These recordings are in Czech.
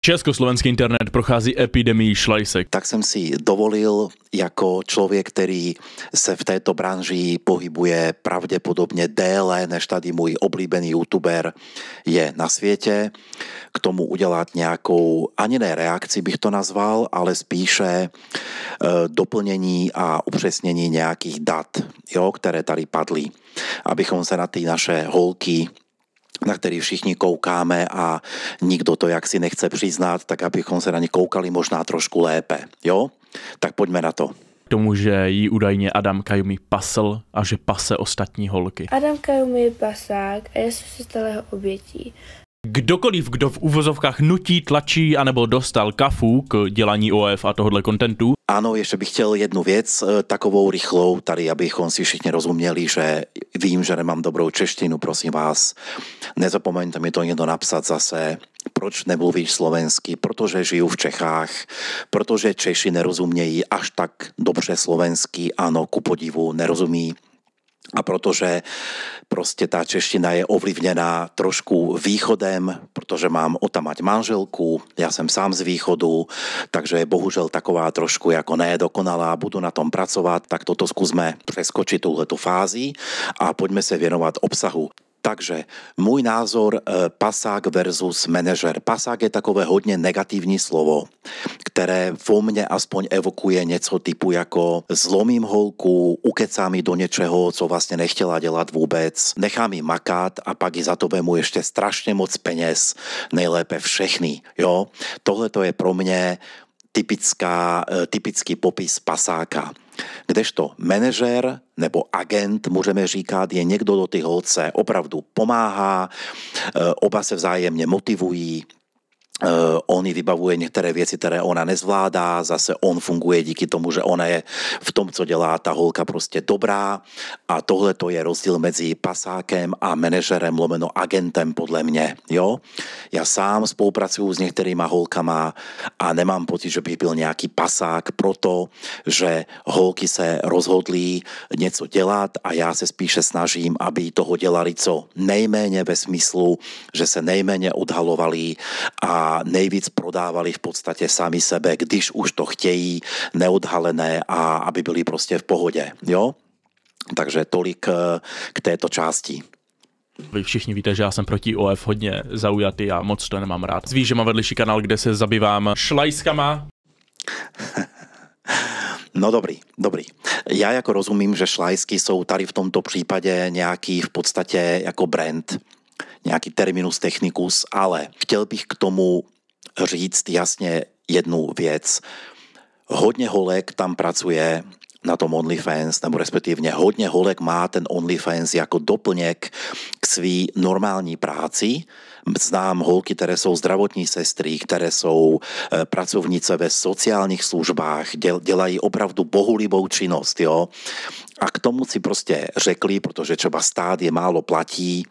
Československý internet prochází epidemií šlajsek. Tak jsem si dovolil jako člověk, který se v této branži pohybuje pravděpodobně déle, než tady můj oblíbený youtuber je na světě, k tomu udělat nějakou, ani ne reakci bych to nazval, ale spíše doplnění a upřesnění nějakých dat, které tady padly, abychom se na ty naše holky, na který všichni koukáme a nikdo to jaksi nechce přiznat, tak abychom se na ně koukali možná trošku lépe, jo? Tak pojďme na to. K tomu, že jí údajně Adam Kajumi pasl a že pase ostatní holky. Adam Kajumi je pasák a já jsem se stal jeho obětí. Kdokoliv, kdo v uvozovkách nutí, tlačí anebo dostal kafu k dělání OF a tohohle kontentu. Ano, ještě bych chtěl jednu věc, takovou rychlou, tady, abychom si všichni rozuměli, že vím, že nemám dobrou češtinu, prosím vás, nezapomeňte mi to někdo napsat zase, proč nemluvíš slovensky, protože žiju v Čechách, protože Češi nerozumějí až tak dobře slovensky, ano, ku podivu nerozumí. A protože prostě ta čeština je ovlivněná trošku východem, protože mám otamať manželku, já jsem sám z východu, takže je bohužel taková trošku jako nedokonalá, budu na tom pracovat, tak toto zkusme přeskočit tuhletu fázi a pojďme se věnovat obsahu. Takže můj názor pasák versus manažer. Pasák je takové hodně negativní slovo, které vo mně aspoň evokuje něco typu jako zlomím holku, ukecám ji do něčeho, co vlastně nechtěla dělat vůbec, nechám ji makat a pak ji za to vemu ještě strašně moc peněz, nejlépe všechny. Jo? Tohle to je pro mě typický popis pasáka. Kdežto manažer nebo agent, můžeme říkat, je někdo, do ty holce opravdu pomáhá, oba se vzájemně motivují, on ji vybavuje některé věci, které ona nezvládá, zase on funguje díky tomu, že ona je v tom, co dělá ta holka prostě dobrá a tohle to je rozdíl mezi pasákem a manažerem lomeno agentem podle mě, jo. Já sám spolupracuju s některýma holkama a nemám pocit, že bych byl nějaký pasák proto, že holky se rozhodly něco dělat a já se spíše snažím, aby toho dělali co nejméně ve smyslu, že se nejméně odhalovali a nejvíc prodávali v podstatě sami sebe, když už to chtějí, neodhalené a aby byli prostě v pohodě, jo? Takže tolik k této části. Vy všichni víte, že já jsem proti OF hodně zaujatý a moc to nemám rád. Víš, že mám vedlejší kanál, kde se zabývám šlajskama. No dobrý. Já jako rozumím, že šlajsky jsou tady v tomto případě nějaký v podstatě jako brand, nějaký terminus technicus, ale chtěl bych k tomu říct jasně jednu věc. Hodně holek tam pracuje na tom OnlyFans, nebo respektive hodně holek má ten OnlyFans jako doplněk k své normální práci. Znám holky, které jsou zdravotní sestry, které jsou pracovnice ve sociálních službách, dělají opravdu bohulibou činnost, jo. A k tomu si prostě řekli, protože třeba stát je málo platí,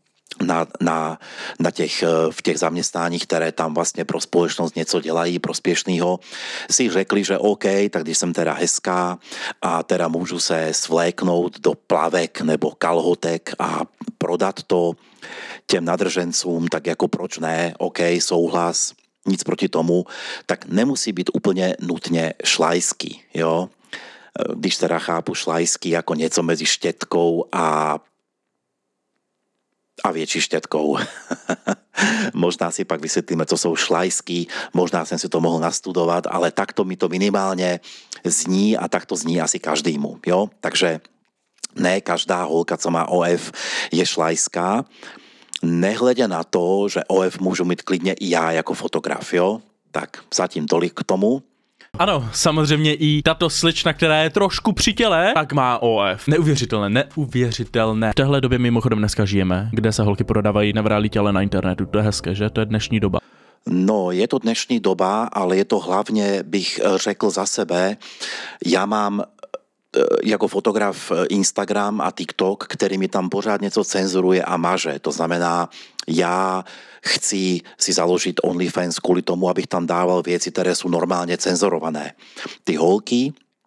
v těch zaměstnáních, které tam vlastně pro společnost něco dělají prospěšnýho, si řekli, že OK, tak když jsem teda hezká a teda můžu se svléknout do plavek nebo kalhotek a prodat to těm nadržencům, tak jako proč ne, OK, souhlas, nic proti tomu, tak nemusí být úplně nutně šlajský, jo. Když teda chápu šlajský jako něco mezi štětkou a větší štětkou. Možná si pak vysvětlíme, co jsou šlajsky, možná jsem si to mohl nastudovat, ale takto mi to minimálně zní a tak to zní asi každému. Jo? Takže ne každá holka, co má OF, je šlajská. Nehledě na to, že OF můžu mít klidně i já jako fotograf. Jo? Tak zatím tolik k tomu. Ano, samozřejmě i tato slečna, která je trošku při těle, tak má OF. Neuvěřitelné. V téhle době mimochodem dneska žijeme, kde se holky prodávají nevrálí těle na internetu. To je hezké, že? To je dnešní doba. No, je to dnešní doba, ale je to hlavně, bych řekl za sebe, já mám jako fotograf Instagram a TikTok, který mi tam pořád něco cenzuruje a maže. To znamená, já chci si založit OnlyFans kvůli tomu, abych tam dával věci, které jsou normálně cenzurované. Ty holky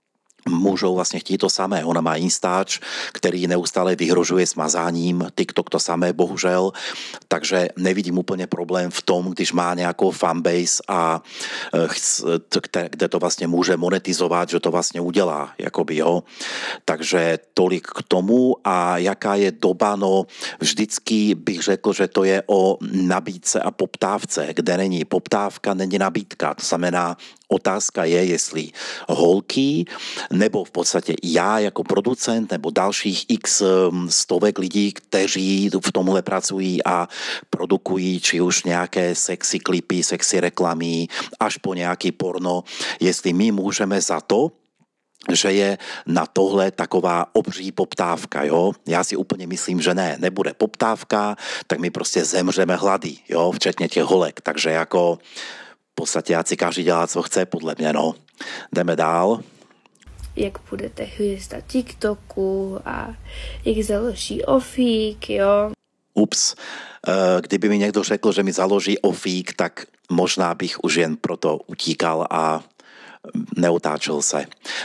mužov vlastně chtí to samé. Ona má Instač, který neustále vyhrožuje smazáním, TikTok to samé, bohužel. Takže nevidím úplně problém v tom, když má nějakou fanbase a kde to vlastně může monetizovat, že to vlastně udělá, jakoby, jo. Takže tolik k tomu. A jaká je doba, no vždycky bych řekl, že to je o nabídce a poptávce. Kde není poptávka, není nabídka. To znamená, otázka je, jestli holky, nebo v podstatě já jako producent, nebo dalších x stovek lidí, kteří v tomhle pracují a produkují či už nějaké sexy klipy, sexy reklamy, až po nějaký porno, jestli my můžeme za to, že je na tohle taková obří poptávka, jo. Já si úplně myslím, že ne, nebude poptávka, tak my prostě zemřeme hlady, jo, včetně těch holek, takže jako v podstatě ať si každý dělá, co chce, podle mě, no. Jdeme dál. Jak budete hvězda TikToku a jak založí ofík, jo. Ups, kdyby mi někdo řekl, že mi založí ofík, tak možná bych už jen proto utíkal a neutáčel se.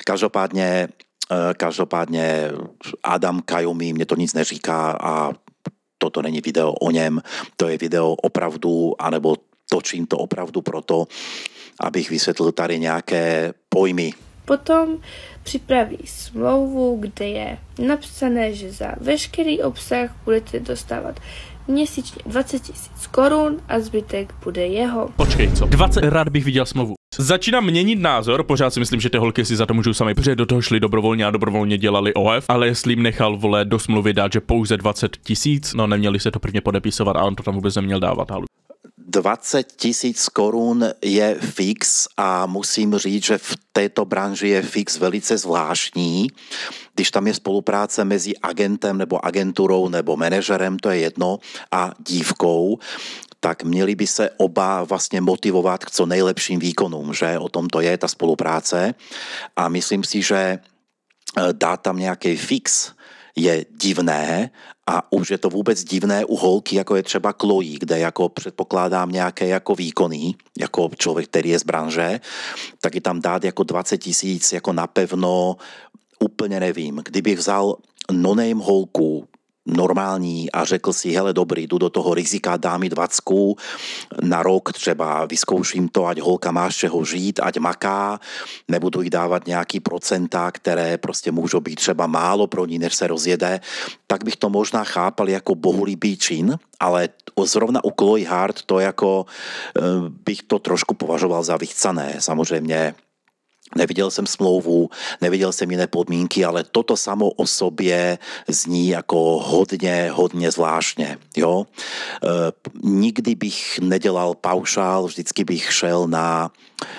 Každopádně Adam Kajumi mě to nic neříká a toto není video o něm, to je video opravdu, anebo točím to opravdu proto, abych vysvětlil tady nějaké pojmy. Potom připraví smlouvu, kde je napsané, že za veškerý obsah budete dostávat měsíčně 20 000 korun a zbytek bude jeho. Počkej, co? 20, rád bych viděl smlouvu. Začínám měnit názor, pořád si myslím, že ty holky si za to můžou sami, protože do toho šli dobrovolně a dobrovolně dělali OF, ale jestli jim nechal vole do smlouvy dát, že pouze 20 000, no neměli se to prvně podepisovat a on to tam vůbec neměl dávat. 20 000 korun je fix a musím říct, že v této branži je fix velice zvláštní. Když tam je spolupráce mezi agentem nebo agenturou nebo manažerem, to je jedno, a dívkou, tak měli by se oba vlastně motivovat k co nejlepším výkonům, že o tom to je ta spolupráce. A myslím si, že dát tam nějaký fix je divné a už je to vůbec divné u holky, jako je třeba Chloe, kde jako předpokládám nějaké jako výkony, jako člověk, který je z branže, tak i tam dát jako 20 000 jako napevno, úplně nevím. Kdybych vzal no-name holku, normální a řekl si, hele dobrý, jdu do toho rizika, dám mi 20 na rok, třeba vyzkouším to, ať holka má z čeho žít, ať maká, nebudu jí dávat nějaký procenta, které prostě můžou být třeba málo pro ní, než se rozjede, tak bych to možná chápal jako bohulibý čin, ale zrovna u Chloe Hart to jako bych to trošku považoval za vychcané, samozřejmě. Neviděl jsem smlouvu, neviděl jsem jiné podmínky, ale toto samo o sobě zní jako hodně zvláštně. Jo? Nikdy bych nedělal paušál, vždycky bych šel na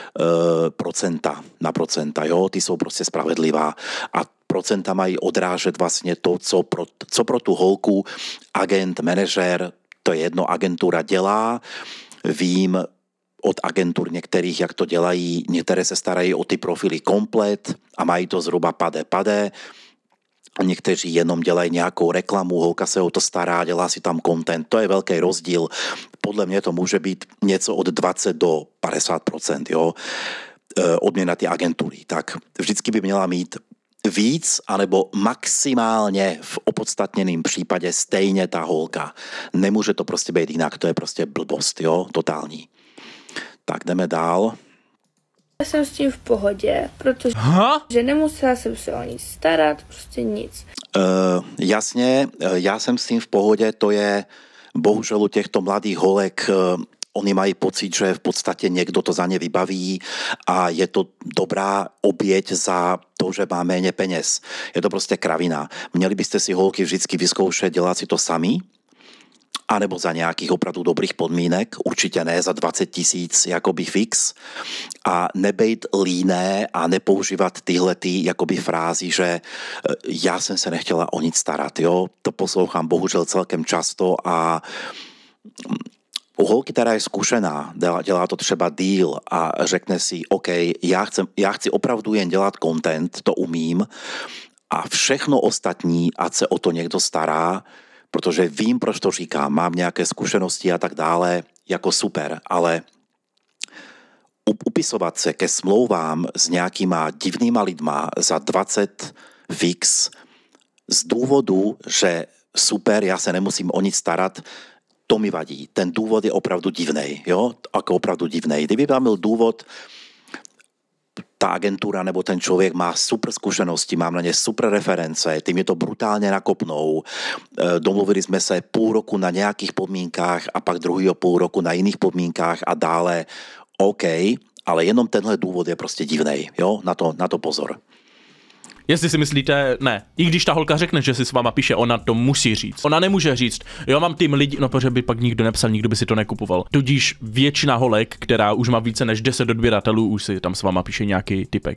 procenta. Jo? Ty jsou prostě spravedlivá a procenta mají odrážet vlastně to, co pro tu holku agent, manažer, to je jedno, agentura dělá. Vím od agentur některých, jak to dělají, některé se starají o ty profily komplet a mají to zhruba pade. Někteří jenom dělají nějakou reklamu, holka se o to stará, dělá si tam content, to je velký rozdíl. Podle mě to může být něco od 20 do 50%, jo, odměna ty agentury. Tak vždycky by měla mít víc, anebo maximálně v opodstatněném případě stejně ta holka. Nemůže to prostě být jinak, to je prostě blbost, jo, totální. Tak jdeme dál. Já jsem s tím v pohodě, protože že nemusela jsem se o nic starat, prostě nic. Jasně, já jsem s tím v pohodě, to je bohužel u těchto mladých holek, oni mají pocit, že v podstatě někdo to za ně vybaví a je to dobrá oběť za to, že má méně peněz. Je to prostě kravina. Měli byste si holky vždycky vyzkoušet dělat si to sami, anebo za nějakých opravdu dobrých podmínek, určitě ne za 20 000 jakoby fix a nebejt líné a nepoužívat tyhle jakoby frázy, že já jsem se nechtěla o nic starat, jo, to poslouchám bohužel celkem často a u holky, která je zkušená, dělá to třeba díl a řekne si, OK, já chci opravdu jen dělat content, to umím a všechno ostatní, ať se o to někdo stará, protože vím, proč to říkám, mám nějaké zkušenosti a tak dále, jako super, ale upisovať sa ke smlouvám s nejakýma divnýma lidma za 20 fix z dôvodu, že super, ja sa nemusím o nic starať, to mi vadí. Ten dôvod je opravdu divnej, jo? Ako opravdu divnej. Kdyby tam byl dôvod, tá agentúra nebo ten človek má super skúsenosti, mám na ne super reference, tým je to brutálne nakopnou. Domluvili sme sa půl roku na nejakých podmínkách a pak druhýho půl roku na iných podmínkách a dále OK, ale jenom tenhle důvod je prostě divnej, jo? Na to pozor. Jestli si myslíte, ne. I když ta holka řekne, že si s váma píše, ona to musí říct. Ona nemůže říct, jo, mám tým lidí, no protože by pak nikdo nepsal, nikdo by si to nekupoval. Tudíž většina holek, která už má více než 10 odběratelů, už si tam s váma píše nějaký typek.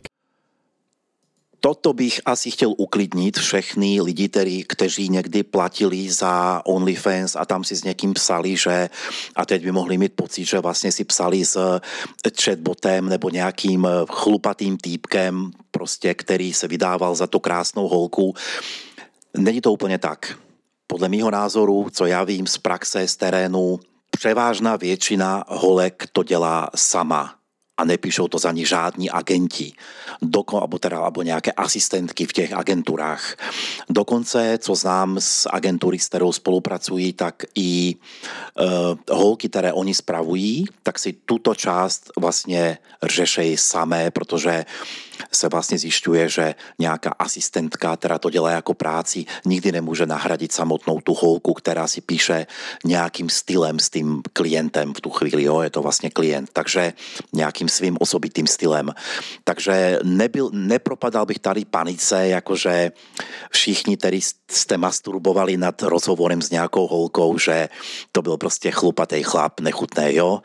Toto bych asi chtěl uklidnit všechny lidi, kteří někdy platili za OnlyFans a tam si s někým psali, že a teď by mohli mít pocit, že vlastně si psali s chatbotem nebo nějakým chlupatým týpkem, prostě, který se vydával za tu krásnou holku. Není to úplně tak. Podle mýho názoru, co já vím z praxe, z terénu, převážná většina holek to dělá sama. A nepíšou to za ní žádní agenti, alebo nějaké asistentky v těch agenturách. Dokonce, co znám z agentury, s kterou spolupracují, tak i holky, které oni spravují, tak si tuto část vlastně řešejí samé, protože se vlastně zjišťuje, že nějaká asistentka, která to dělá jako práci, nikdy nemůže nahradit samotnou tu holku, která si píše nějakým stylem s tím klientem v tu chvíli, jo, je to vlastně klient, takže nějakým svým osobitým stylem. Takže nepropadal bych tady panice, jakože všichni, kteří jste masturbovali nad rozhovorem s nějakou holkou, že to byl prostě chlupatý chlap, nechutné, jo.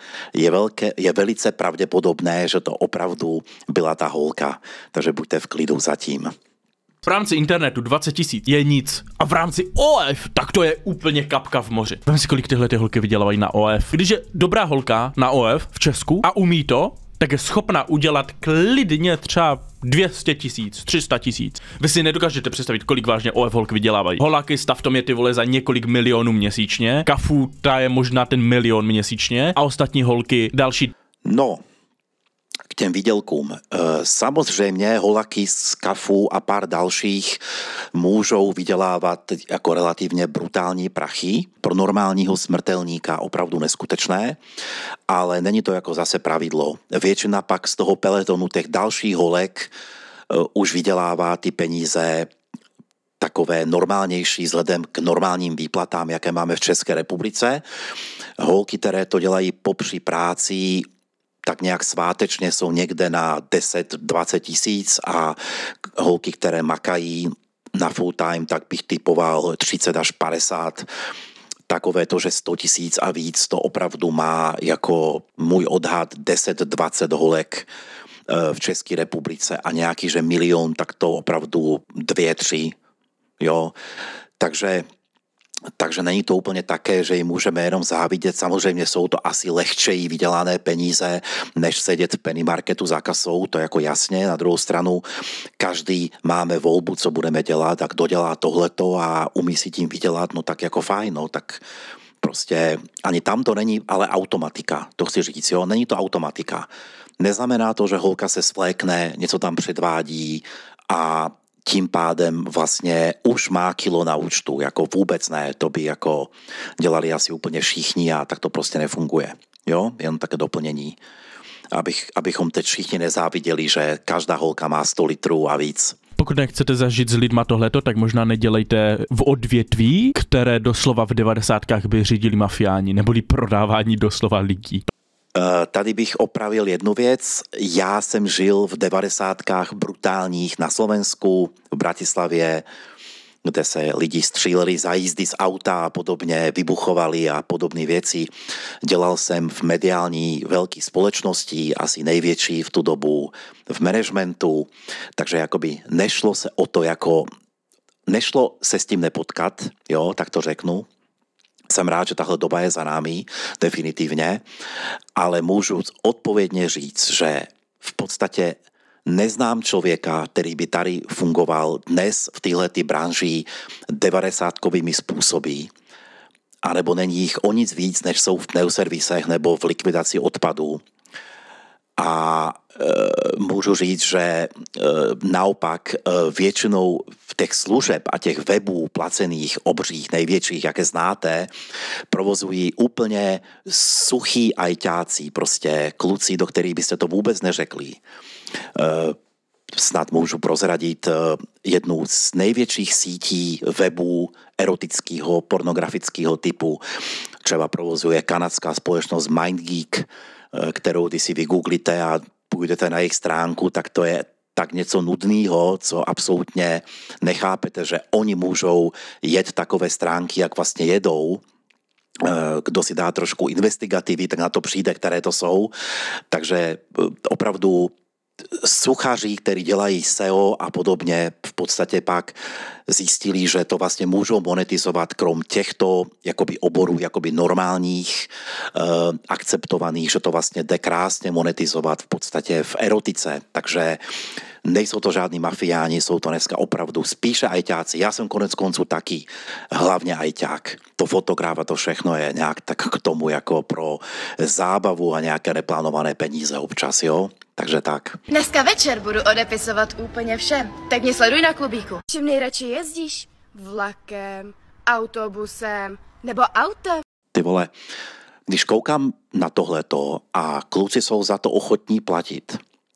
Je velice pravděpodobné, že to opravdu byla ta holka. Takže buďte v klidu zatím. V rámci internetu 20 000 je nic. A v rámci OF, tak to je úplně kapka v moři. Vem si, kolik tyhle ty holky vydělávají na OF. Když je dobrá holka na OF v Česku a umí to, tak je schopna udělat klidně třeba 200 000, 300 000. Vy si nedokážete představit, kolik vážně OF holky vydělávají. Holáky stav tom je ty vole za několik milionů měsíčně. Kafu, ta je možná ten 1 000 000 měsíčně. A ostatní holky další. No, k těm výdělkům. Samozřejmě holaky z Kafu a pár dalších můžou vydělávat jako relativně brutální prachy. Pro normálního smrtelníka opravdu neskutečné, ale není to jako zase pravidlo. Většina pak z toho peletonu těch dalších holek už vydělává ty peníze takové normálnější vzhledem k normálním výplatám, jaké máme v České republice. Holky, které to dělají popři práci, tak nějak svátečně jsou někde na 10-20 tisíc a holky, které makají na full time, tak bych typoval 30 až 50. Takové to, že 100 tisíc a víc, to opravdu má jako můj odhad 10-20 holek v České republice a nějaký, že 1 000 000, tak to opravdu 2-3, jo. Takže není to úplně také, že jim můžeme jenom závidět. Samozřejmě jsou to asi lehčeji vydělané peníze, než sedět v penny marketu za kasou, to jako jasně. Na druhou stranu každý máme volbu, co budeme dělat a kdo dělá tohleto a umí si tím vydělat, no tak jako fajn, no tak prostě ani tam to není, ale automatika, to chci říct, jo, není to automatika. Neznamená to, že holka se svlékne, něco tam předvádí a tím pádem vlastně už má kilo na účtu, jako vůbec ne, to by jako dělali asi úplně všichni a tak to prostě nefunguje, jo, jen také doplnění, abychom teď všichni nezáviděli, že každá holka má 100 litrů a víc. Pokud nechcete zažít s lidma tohleto, tak možná nedělejte v odvětví, které doslova v 90kách by řídili mafiáni, neboli prodávání doslova lidí. Tady bych opravil jednu věc. Já jsem žil v 90kách brutálních na Slovensku, v Bratislavě, kde se lidi stříleli za jízdy z auta a podobně, vybuchovali a podobné věci. Dělal jsem v mediální velké společnosti, asi největší v tu dobu v managementu, takže jakoby nešlo se o to nešlo se s tím nepotkat, jo, tak to řeknu. Jsem rád, že tahle doba je za námi, definitivně, ale můžu odpovědně říct, že v podstatě neznám člověka, který by tady fungoval dnes v této branži 90kovými způsoby, anebo není jich o nic víc, než jsou v pneuservisech nebo v likvidaci odpadů. A môžu říct, že naopak většinou těch služeb a těch webů placených, obřích, největších, jaké znáte, provozují úplně suchý ajťáci, prostě kluci, do kterých byste to vůbec neřekli. Snad můžu prozradit jednu z největších sítí webů erotického, pornografického typu. Třeba provozuje kanadská společnost MindGeek, kterou když si vygooglíte a půjdete na jejich stránku, tak to je tak něco nudného, co absolutně nechápete, že oni můžou jet takové stránky, jak vlastně jedou. Kdo si dá trošku investigativy, tak na to přijde, které to jsou. Takže opravdu suchaři, kteří dělají SEO a podobně, v podstatě pak zjistili, že to vlastně můžou monetizovat krom těchto jakoby oborů, jakoby normálních, akceptovaných, že to vlastně jde krásně monetizovat v podstatě v erotice. Takže nejsou to žádní mafiáni, jsou to dneska opravdu spíše ajťáci. Já jsem konec konců taky hlavně ajťák. To fotograf a to všechno je nějak tak k tomu jako pro zábavu a nějaké neplánované peníze občas, jo? Takže tak. Dneska večer budu odepisovat úplně vše. Tak mě sleduj na Klubíku. Čím nejradši jezdíš? Vlakem, autobusem nebo autem? Ty vole, když koukám na tohleto a kluci jsou za to ochotní platit,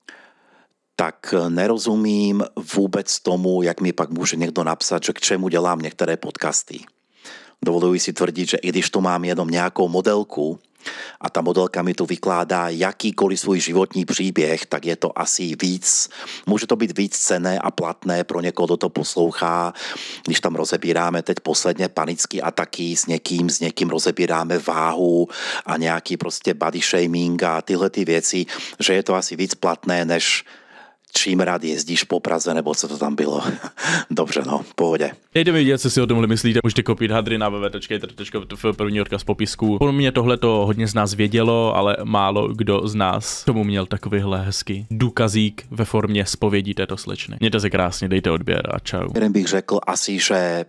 tak nerozumím vůbec tomu, jak mi pak může někdo napsat, že k čemu dělám některé podcasty. Dovoluji si tvrdit, že i když tu mám jenom nějakou modelku a ta modelka mi tu vykládá jakýkoliv svůj životní příběh, tak je to asi víc, může to být víc cenné a platné pro někoho, kdo to poslouchá, když tam rozebíráme teď posledně panické ataky s někým rozebíráme váhu a nějaký prostě body shaming a tyhle ty věci, že je to asi víc platné, než čím rád jezdíš po Praze, nebo co to tam bylo. Dobře, no, v pohodě. Dejte mi vědět, co si o tomhle myslíte. Můžete koupit hadry na www.tr.v první odkaz v popisku. Pro mě tohle to hodně z nás vědělo, ale málo kdo z nás tomu měl takovýhle hezký důkazík ve formě zpovědí této slečny. Mějte se krásně, dejte odběr a čau. Jeden bych řekl asi, že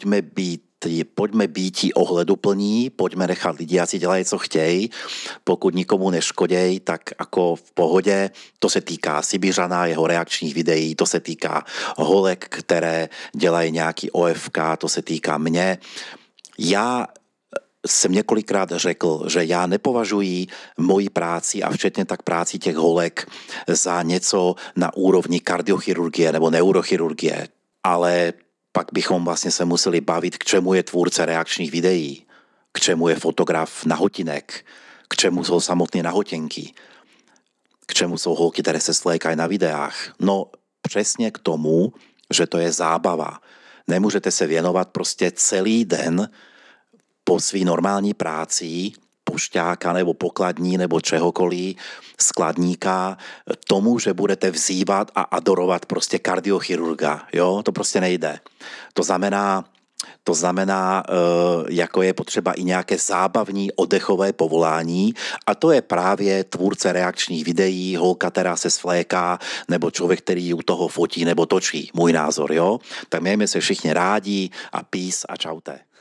pojďme být ohleduplní, pojďme nechat lidi, ať si dělají, co chtějí. Pokud nikomu neškoděj, tak jako v pohodě. To se týká Sibiřana, jeho reakčních videí, to se týká holek, které dělají nějaký OFK, to se týká mě. Já jsem několikrát řekl, že já nepovažuji moji práci a včetně tak práci těch holek za něco na úrovni kardiochirurgie nebo neurochirurgie, ale pak bychom vlastně se museli bavit, k čemu je tvůrce reakčních videí, k čemu je fotograf nahotinek, k čemu jsou samotné nahotěnky, k čemu jsou holky, které se svlékají na videách. No přesně k tomu, že to je zábava. Nemůžete se věnovat prostě celý den po svý normální práci, pošťáka nebo pokladní nebo čehokoliv, skladníka, tomu, že budete vzývat a adorovat prostě kardiochirurga. Jo? To prostě nejde. To znamená, jako je potřeba i nějaké zábavní oddechové povolání a to je právě tvůrce reakčních videí, holka, která se svléká, nebo člověk, který u toho fotí nebo točí. Můj názor, jo? Tak mějme se všichni rádi a peace a čaute.